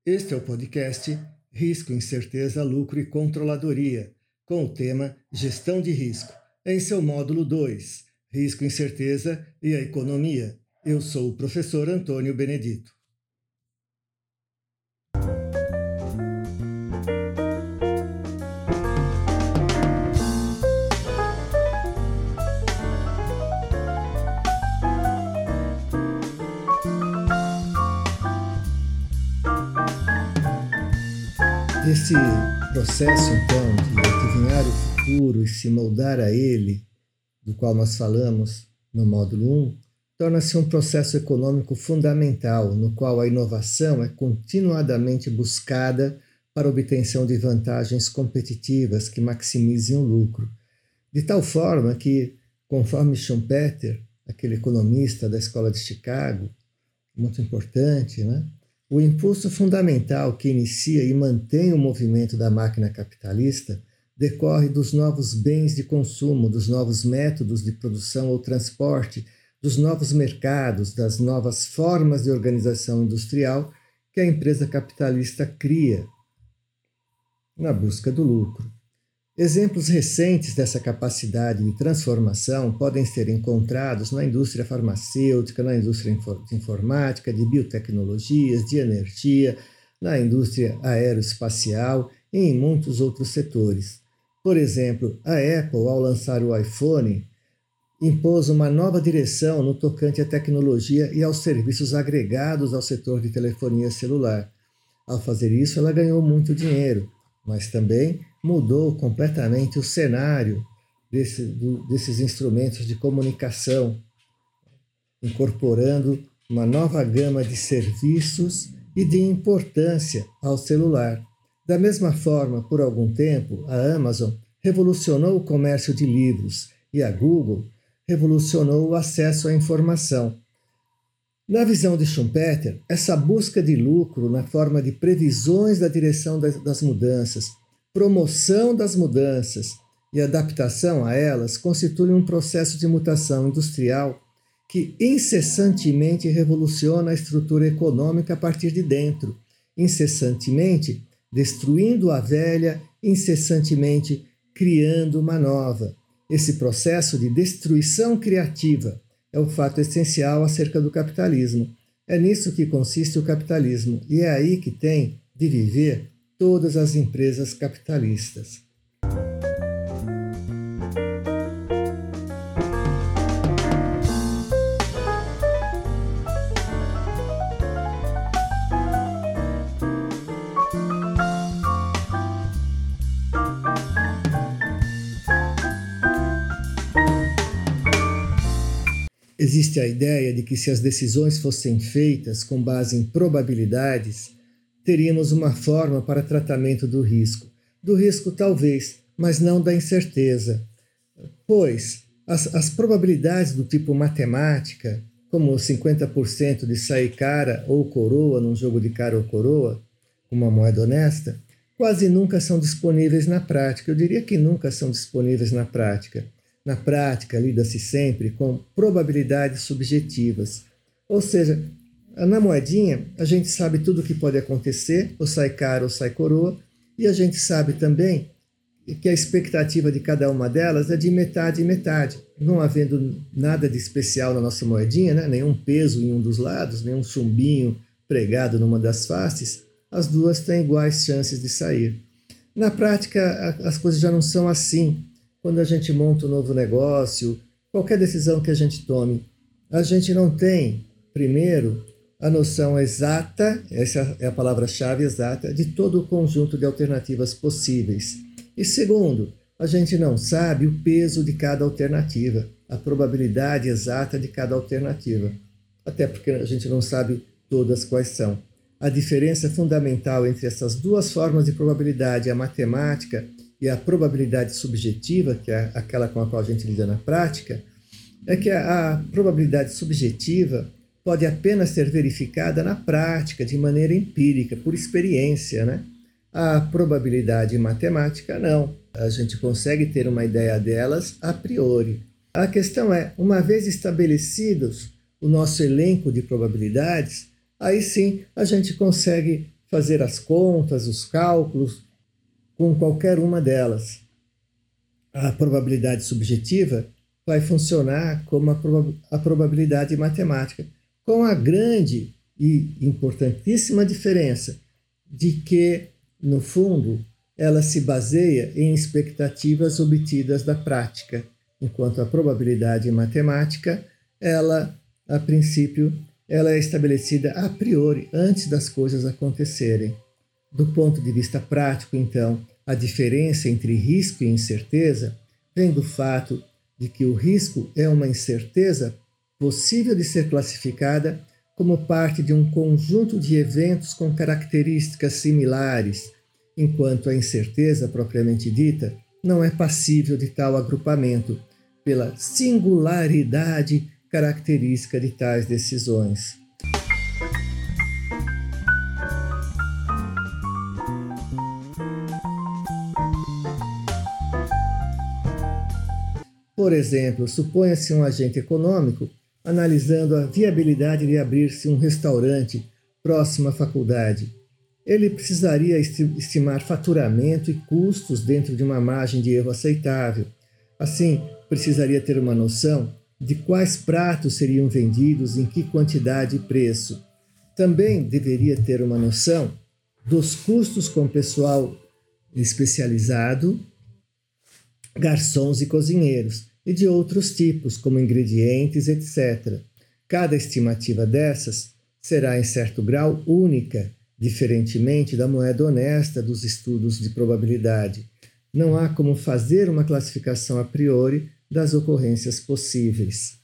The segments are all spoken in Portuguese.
Este é o podcast Risco, Incerteza, Lucro e Controladoria, com o tema Gestão de Risco, em seu módulo 2, Risco, Incerteza e a Economia. Eu sou o professor Antônio Benedito. Esse processo, então, de adivinhar o futuro e se moldar a ele, do qual nós falamos no módulo 1, torna-se um processo econômico fundamental, no qual a inovação é continuadamente buscada para a obtenção de vantagens competitivas que maximizem o lucro. De tal forma que, conforme Schumpeter, aquele economista da Escola de Chicago, muito importante, né? O impulso fundamental que inicia e mantém o movimento da máquina capitalista decorre dos novos bens de consumo, dos novos métodos de produção ou transporte, dos novos mercados, das novas formas de organização industrial que a empresa capitalista cria na busca do lucro. Exemplos recentes dessa capacidade de transformação podem ser encontrados na indústria farmacêutica, na indústria de informática, de biotecnologias, de energia, na indústria aeroespacial e em muitos outros setores. Por exemplo, a Apple, ao lançar o iPhone, impôs uma nova direção no tocante à tecnologia e aos serviços agregados ao setor de telefonia celular. Ao fazer isso, ela ganhou muito dinheiro, mas também mudou completamente o cenário desses instrumentos de comunicação, incorporando uma nova gama de serviços e de importância ao celular. Da mesma forma, por algum tempo, a Amazon revolucionou o comércio de livros e a Google revolucionou o acesso à informação. Na visão de Schumpeter, essa busca de lucro na forma de previsões da direção das mudanças, promoção das mudanças e adaptação a elas constitui um processo de mutação industrial que incessantemente revoluciona a estrutura econômica a partir de dentro, incessantemente destruindo a velha, incessantemente criando uma nova. Esse processo de destruição criativa é o fato essencial acerca do capitalismo. É nisso que consiste o capitalismo e é aí que tem de viver todas as empresas capitalistas. Existe a ideia de que se as decisões fossem feitas com base em probabilidades, teríamos uma forma para tratamento do risco. Do risco talvez, mas não da incerteza. Pois as probabilidades do tipo matemática, como 50% de sair cara ou coroa num jogo de cara ou coroa, uma moeda honesta, quase nunca são disponíveis na prática. Eu diria que nunca são disponíveis na prática. Na prática, lida-se sempre com probabilidades subjetivas. Ou seja, na moedinha, a gente sabe tudo o que pode acontecer, ou sai cara ou sai coroa, e a gente sabe também que a expectativa de cada uma delas é de metade e metade. Não havendo nada de especial na nossa moedinha, né? Nenhum peso em um dos lados, nenhum chumbinho pregado numa das faces, as duas têm iguais chances de sair. Na prática, as coisas já não são assim. Quando a gente monta um novo negócio, qualquer decisão que a gente tome, a gente não tem, primeiro, a noção exata, essa é a palavra-chave exata, de todo o conjunto de alternativas possíveis. E segundo, a gente não sabe o peso de cada alternativa, a probabilidade exata de cada alternativa. Até porque a gente não sabe todas quais são. A diferença fundamental entre essas duas formas de probabilidade, a matemática e a probabilidade subjetiva, que é aquela com a qual a gente lida na prática, é que a probabilidade subjetiva pode apenas ser verificada na prática, de maneira empírica, por experiência, né? A probabilidade matemática, não. A gente consegue ter uma ideia delas a priori. A questão é, uma vez estabelecidos o nosso elenco de probabilidades, aí sim a gente consegue fazer as contas, os cálculos, com qualquer uma delas. A probabilidade subjetiva vai funcionar como a probabilidade matemática, com a grande e importantíssima diferença de que, no fundo, ela se baseia em expectativas obtidas da prática, enquanto a probabilidade matemática, ela, a princípio, ela é estabelecida a priori, antes das coisas acontecerem. Do ponto de vista prático, então, a diferença entre risco e incerteza vem do fato de que o risco é uma incerteza possível de ser classificada como parte de um conjunto de eventos com características similares, enquanto a incerteza propriamente dita não é passível de tal agrupamento, pela singularidade característica de tais decisões. Por exemplo, suponha-se um agente econômico analisando a viabilidade de abrir-se um restaurante próximo à faculdade. Ele precisaria estimar faturamento e custos dentro de uma margem de erro aceitável. Assim, precisaria ter uma noção de quais pratos seriam vendidos, em que quantidade e preço. Também deveria ter uma noção dos custos com pessoal especializado, garçons e cozinheiros, e de outros tipos, como ingredientes, etc. Cada estimativa dessas será, em certo grau, única, diferentemente da moeda honesta dos estudos de probabilidade. Não há como fazer uma classificação a priori das ocorrências possíveis.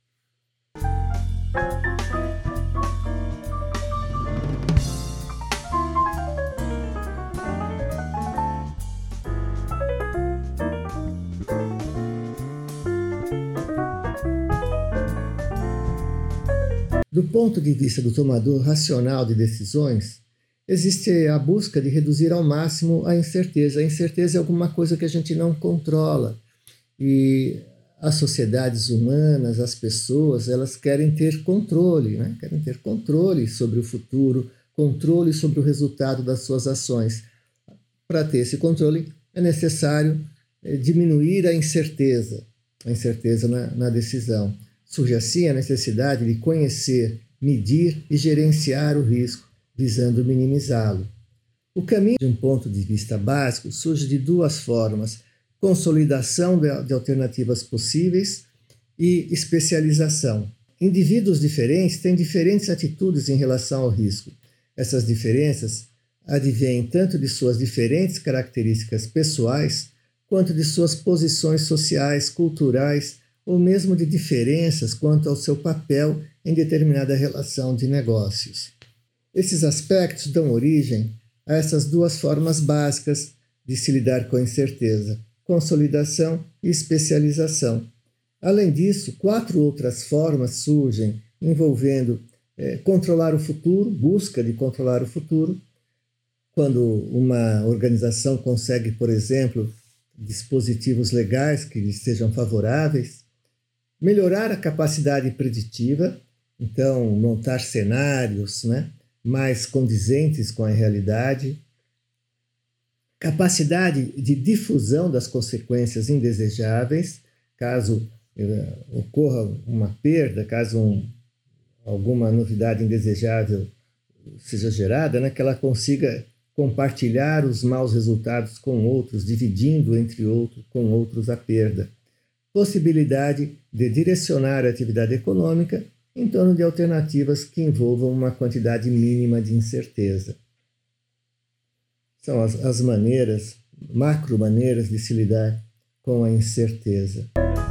Do ponto de vista do tomador racional de decisões, existe a busca de reduzir ao máximo a incerteza. A incerteza é alguma coisa que a gente não controla. E as sociedades humanas, as pessoas, elas querem ter controle, né? Querem ter controle sobre o futuro, controle sobre o resultado das suas ações. Para ter esse controle, é necessário diminuir a incerteza na decisão. Surge assim a necessidade de conhecer, medir e gerenciar o risco, visando minimizá-lo. O caminho, de um ponto de vista básico, surge de duas formas: consolidação de alternativas possíveis e especialização. Indivíduos diferentes têm diferentes atitudes em relação ao risco. Essas diferenças advêm tanto de suas diferentes características pessoais, quanto de suas posições sociais, culturais, ou mesmo de diferenças quanto ao seu papel em determinada relação de negócios. Esses aspectos dão origem a essas duas formas básicas de se lidar com a incerteza: consolidação e especialização. Além disso, 4 outras formas surgem envolvendo controlar o futuro, busca de controlar o futuro, quando uma organização consegue, por exemplo, dispositivos legais que lhe sejam favoráveis, melhorar a capacidade preditiva, então montar cenários, mais condizentes com a realidade, capacidade de difusão das consequências indesejáveis, caso ocorra uma perda, caso alguma novidade indesejável seja gerada, que ela consiga compartilhar os maus resultados com outros, dividindo com outros a perda. Possibilidade de direcionar a atividade econômica em torno de alternativas que envolvam uma quantidade mínima de incerteza. São as macro-maneiras de se lidar com a incerteza.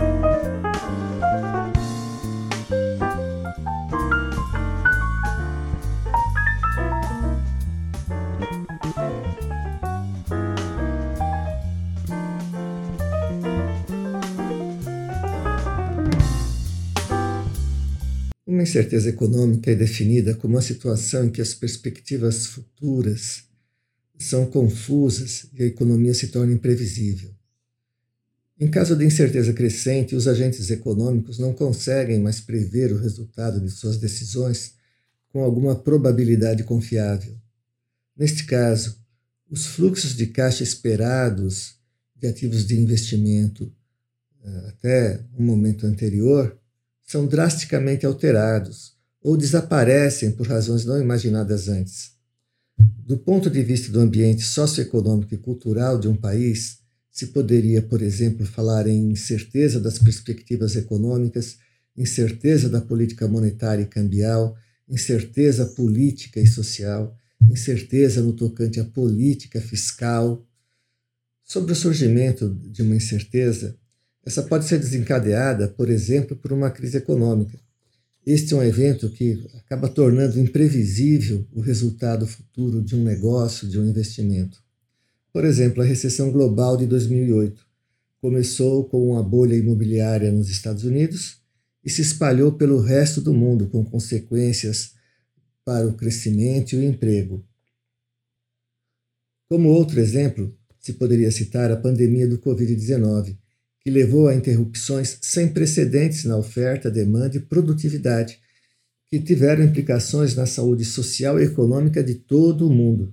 Uma incerteza econômica é definida como uma situação em que as perspectivas futuras são confusas e a economia se torna imprevisível. Em caso de incerteza crescente, os agentes econômicos não conseguem mais prever o resultado de suas decisões com alguma probabilidade confiável. Neste caso, os fluxos de caixa esperados de ativos de investimento até um momento anterior são drasticamente alterados ou desaparecem por razões não imaginadas antes. Do ponto de vista do ambiente socioeconômico e cultural de um país, se poderia, por exemplo, falar em incerteza das perspectivas econômicas, incerteza da política monetária e cambial, incerteza política e social, incerteza no tocante à política fiscal. Sobre o surgimento de uma incerteza, essa pode ser desencadeada, por exemplo, por uma crise econômica. Este é um evento que acaba tornando imprevisível o resultado futuro de um negócio, de um investimento. Por exemplo, a recessão global de 2008 começou com uma bolha imobiliária nos Estados Unidos e se espalhou pelo resto do mundo, com consequências para o crescimento e o emprego. Como outro exemplo, se poderia citar a pandemia do Covid-19, que levou a interrupções sem precedentes na oferta, demanda e produtividade, que tiveram implicações na saúde social e econômica de todo o mundo.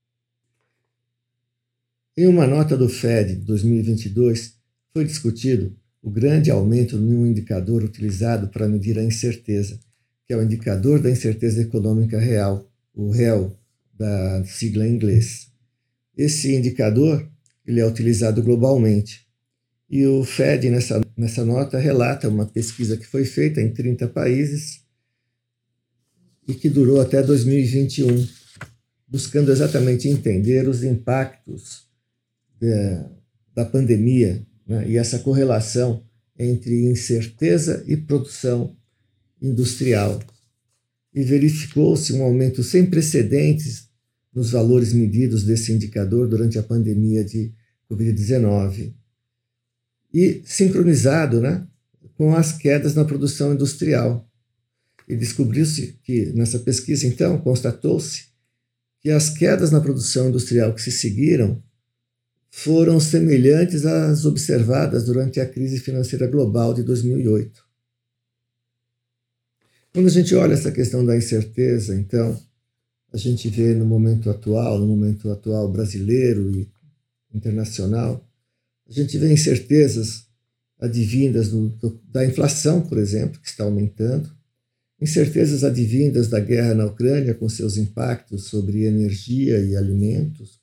Em uma nota do Fed de 2022, foi discutido o grande aumento em um indicador utilizado para medir a incerteza, que é o indicador da incerteza econômica real, o REL, da sigla em inglês. Esse indicador ele é utilizado globalmente. E o Fed, nessa nota, relata uma pesquisa que foi feita em 30 países e que durou até 2021, buscando exatamente entender os impactos da pandemia, né, e essa correlação entre incerteza e produção industrial. E verificou-se um aumento sem precedentes nos valores medidos desse indicador durante a pandemia de Covid-19. E sincronizado, né, com as quedas na produção industrial. E descobriu-se que, nessa pesquisa, então, constatou-se que as quedas na produção industrial que se seguiram foram semelhantes às observadas durante a crise financeira global de 2008. Quando a gente olha essa questão da incerteza, então, a gente vê no momento atual brasileiro e internacional, a gente vê incertezas advindas da inflação, por exemplo, que está aumentando, incertezas advindas da guerra na Ucrânia com seus impactos sobre energia e alimentos,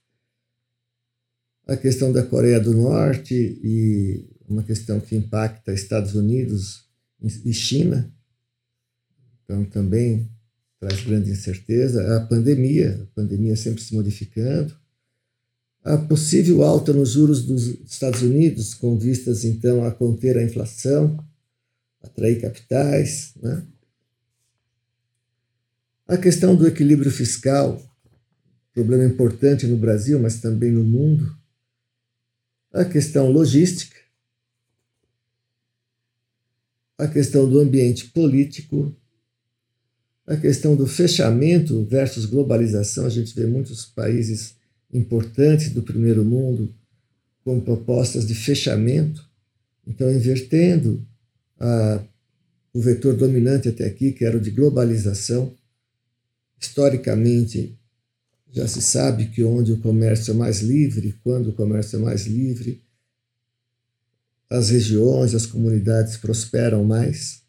a questão da Coreia do Norte e uma questão que impacta Estados Unidos e China, então também traz grande incerteza, a pandemia sempre se modificando, a possível alta nos juros dos Estados Unidos, com vistas, então, a conter a inflação, atrair capitais, né? A questão do equilíbrio fiscal, problema importante no Brasil, mas também no mundo. A questão logística. A questão do ambiente político. A questão do fechamento versus globalização. A gente vê muitos países importantes do primeiro mundo com propostas de fechamento, então invertendo o vetor dominante até aqui, que era o de globalização. Historicamente, já se sabe que onde o comércio é mais livre, quando o comércio é mais livre, as regiões, as comunidades prosperam mais.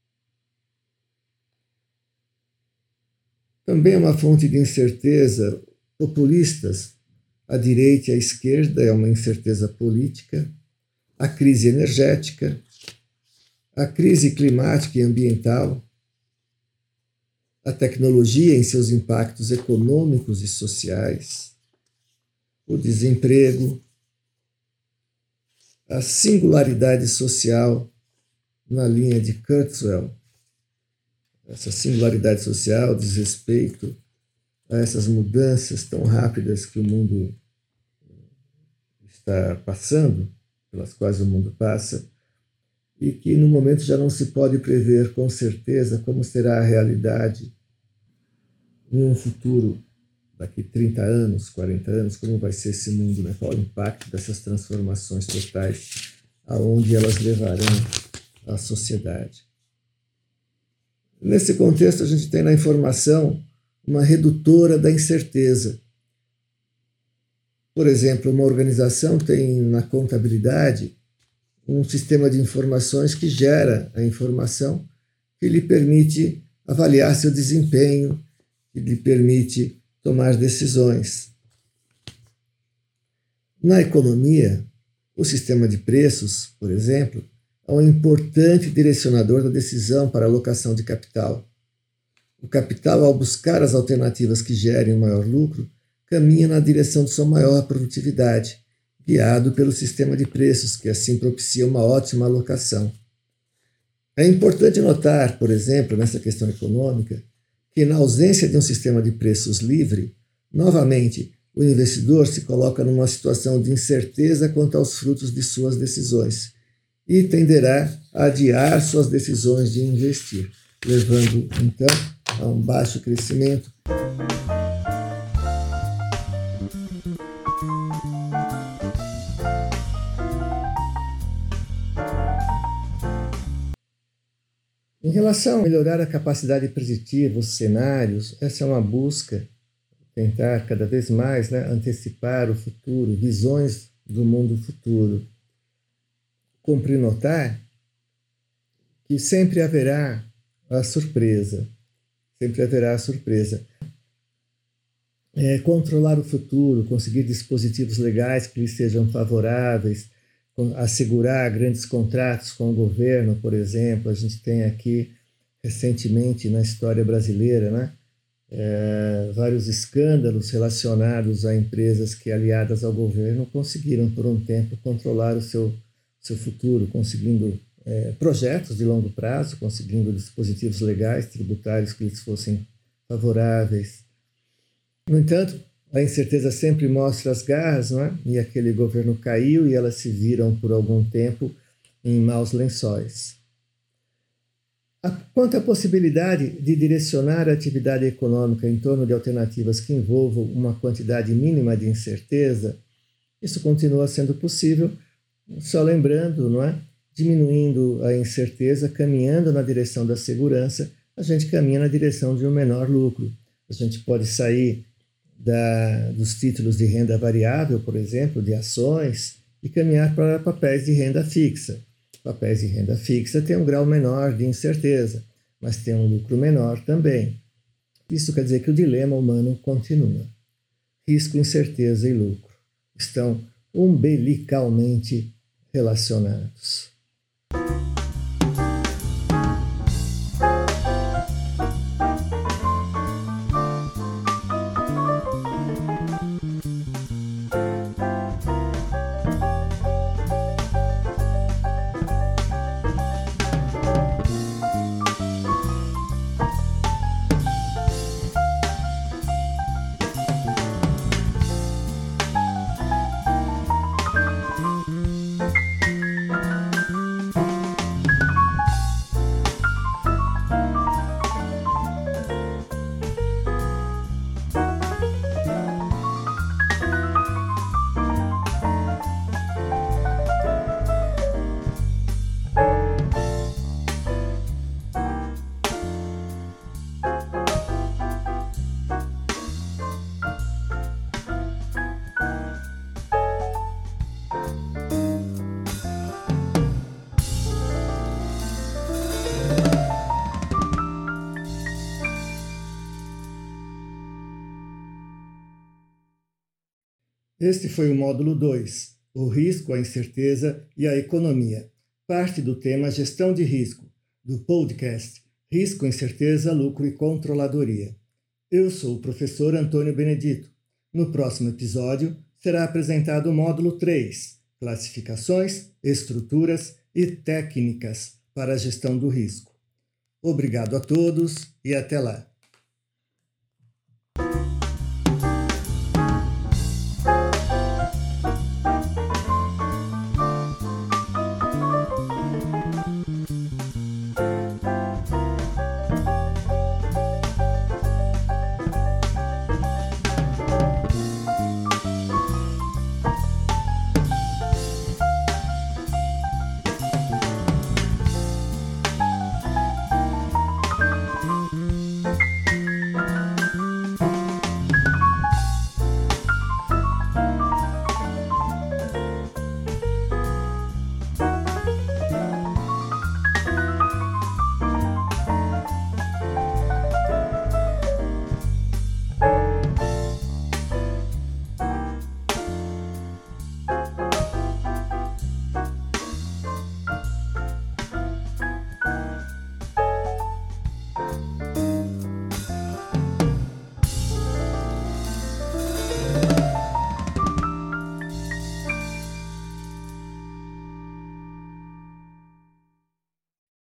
Também é uma fonte de incerteza populistas, à direita e à esquerda, é uma incerteza política, a crise energética, a crise climática e ambiental, a tecnologia em seus impactos econômicos e sociais, o desemprego, a singularidade social na linha de Kurzweil. Essa singularidade social diz respeito a essas mudanças tão rápidas que o mundo está passando, pelas quais o mundo passa, e que no momento já não se pode prever com certeza como será a realidade em um futuro, daqui 30 anos, 40 anos, como vai ser esse mundo, né? Qual o impacto dessas transformações totais, aonde elas levarão a sociedade. Nesse contexto, a gente tem na informação uma redutora da incerteza. Por exemplo, uma organização tem na contabilidade um sistema de informações que gera a informação que lhe permite avaliar seu desempenho, que lhe permite tomar decisões. Na economia, o sistema de preços, por exemplo, é um importante direcionador da decisão para a alocação de capital. O capital, ao buscar as alternativas que gerem um maior lucro, caminha na direção de sua maior produtividade, guiado pelo sistema de preços, que assim propicia uma ótima alocação. É importante notar, por exemplo, nessa questão econômica, que na ausência de um sistema de preços livre, novamente, o investidor se coloca numa situação de incerteza quanto aos frutos de suas decisões e tenderá a adiar suas decisões de investir, levando, então, a um baixo crescimento. Em relação a melhorar a capacidade preditiva, os cenários, essa é uma busca, tentar cada vez mais antecipar o futuro, visões do mundo futuro. Cumpre notar que sempre haverá a surpresa, controlar o futuro, conseguir dispositivos legais que lhe sejam favoráveis, assegurar grandes contratos com o governo, por exemplo. A gente tem aqui, recentemente, na história brasileira, vários escândalos relacionados a empresas que, aliadas ao governo, conseguiram, por um tempo, controlar o seu futuro, conseguindo projetos de longo prazo, conseguindo dispositivos legais, tributários que lhes fossem favoráveis. No entanto, a incerteza sempre mostra as garras, e aquele governo caiu e elas se viram por algum tempo em maus lençóis. Quanto à possibilidade de direcionar a atividade econômica em torno de alternativas que envolvam uma quantidade mínima de incerteza, isso continua sendo possível, só lembrando, diminuindo a incerteza, caminhando na direção da segurança, a gente caminha na direção de um menor lucro. A gente pode sair dos títulos de renda variável, por exemplo, de ações, e caminhar para papéis de renda fixa. Papéis de renda fixa têm um grau menor de incerteza, mas tem um lucro menor também. Isso quer dizer que o dilema humano continua. Risco, incerteza e lucro estão umbilicalmente relacionados. Este foi o módulo 2, o risco, a incerteza e a economia. Parte do tema Gestão de Risco, do podcast Risco, Incerteza, Lucro e Controladoria. Eu sou o professor Antônio Benedito. No próximo episódio será apresentado o módulo 3, Classificações, Estruturas e Técnicas para a Gestão do Risco. Obrigado a todos e até lá!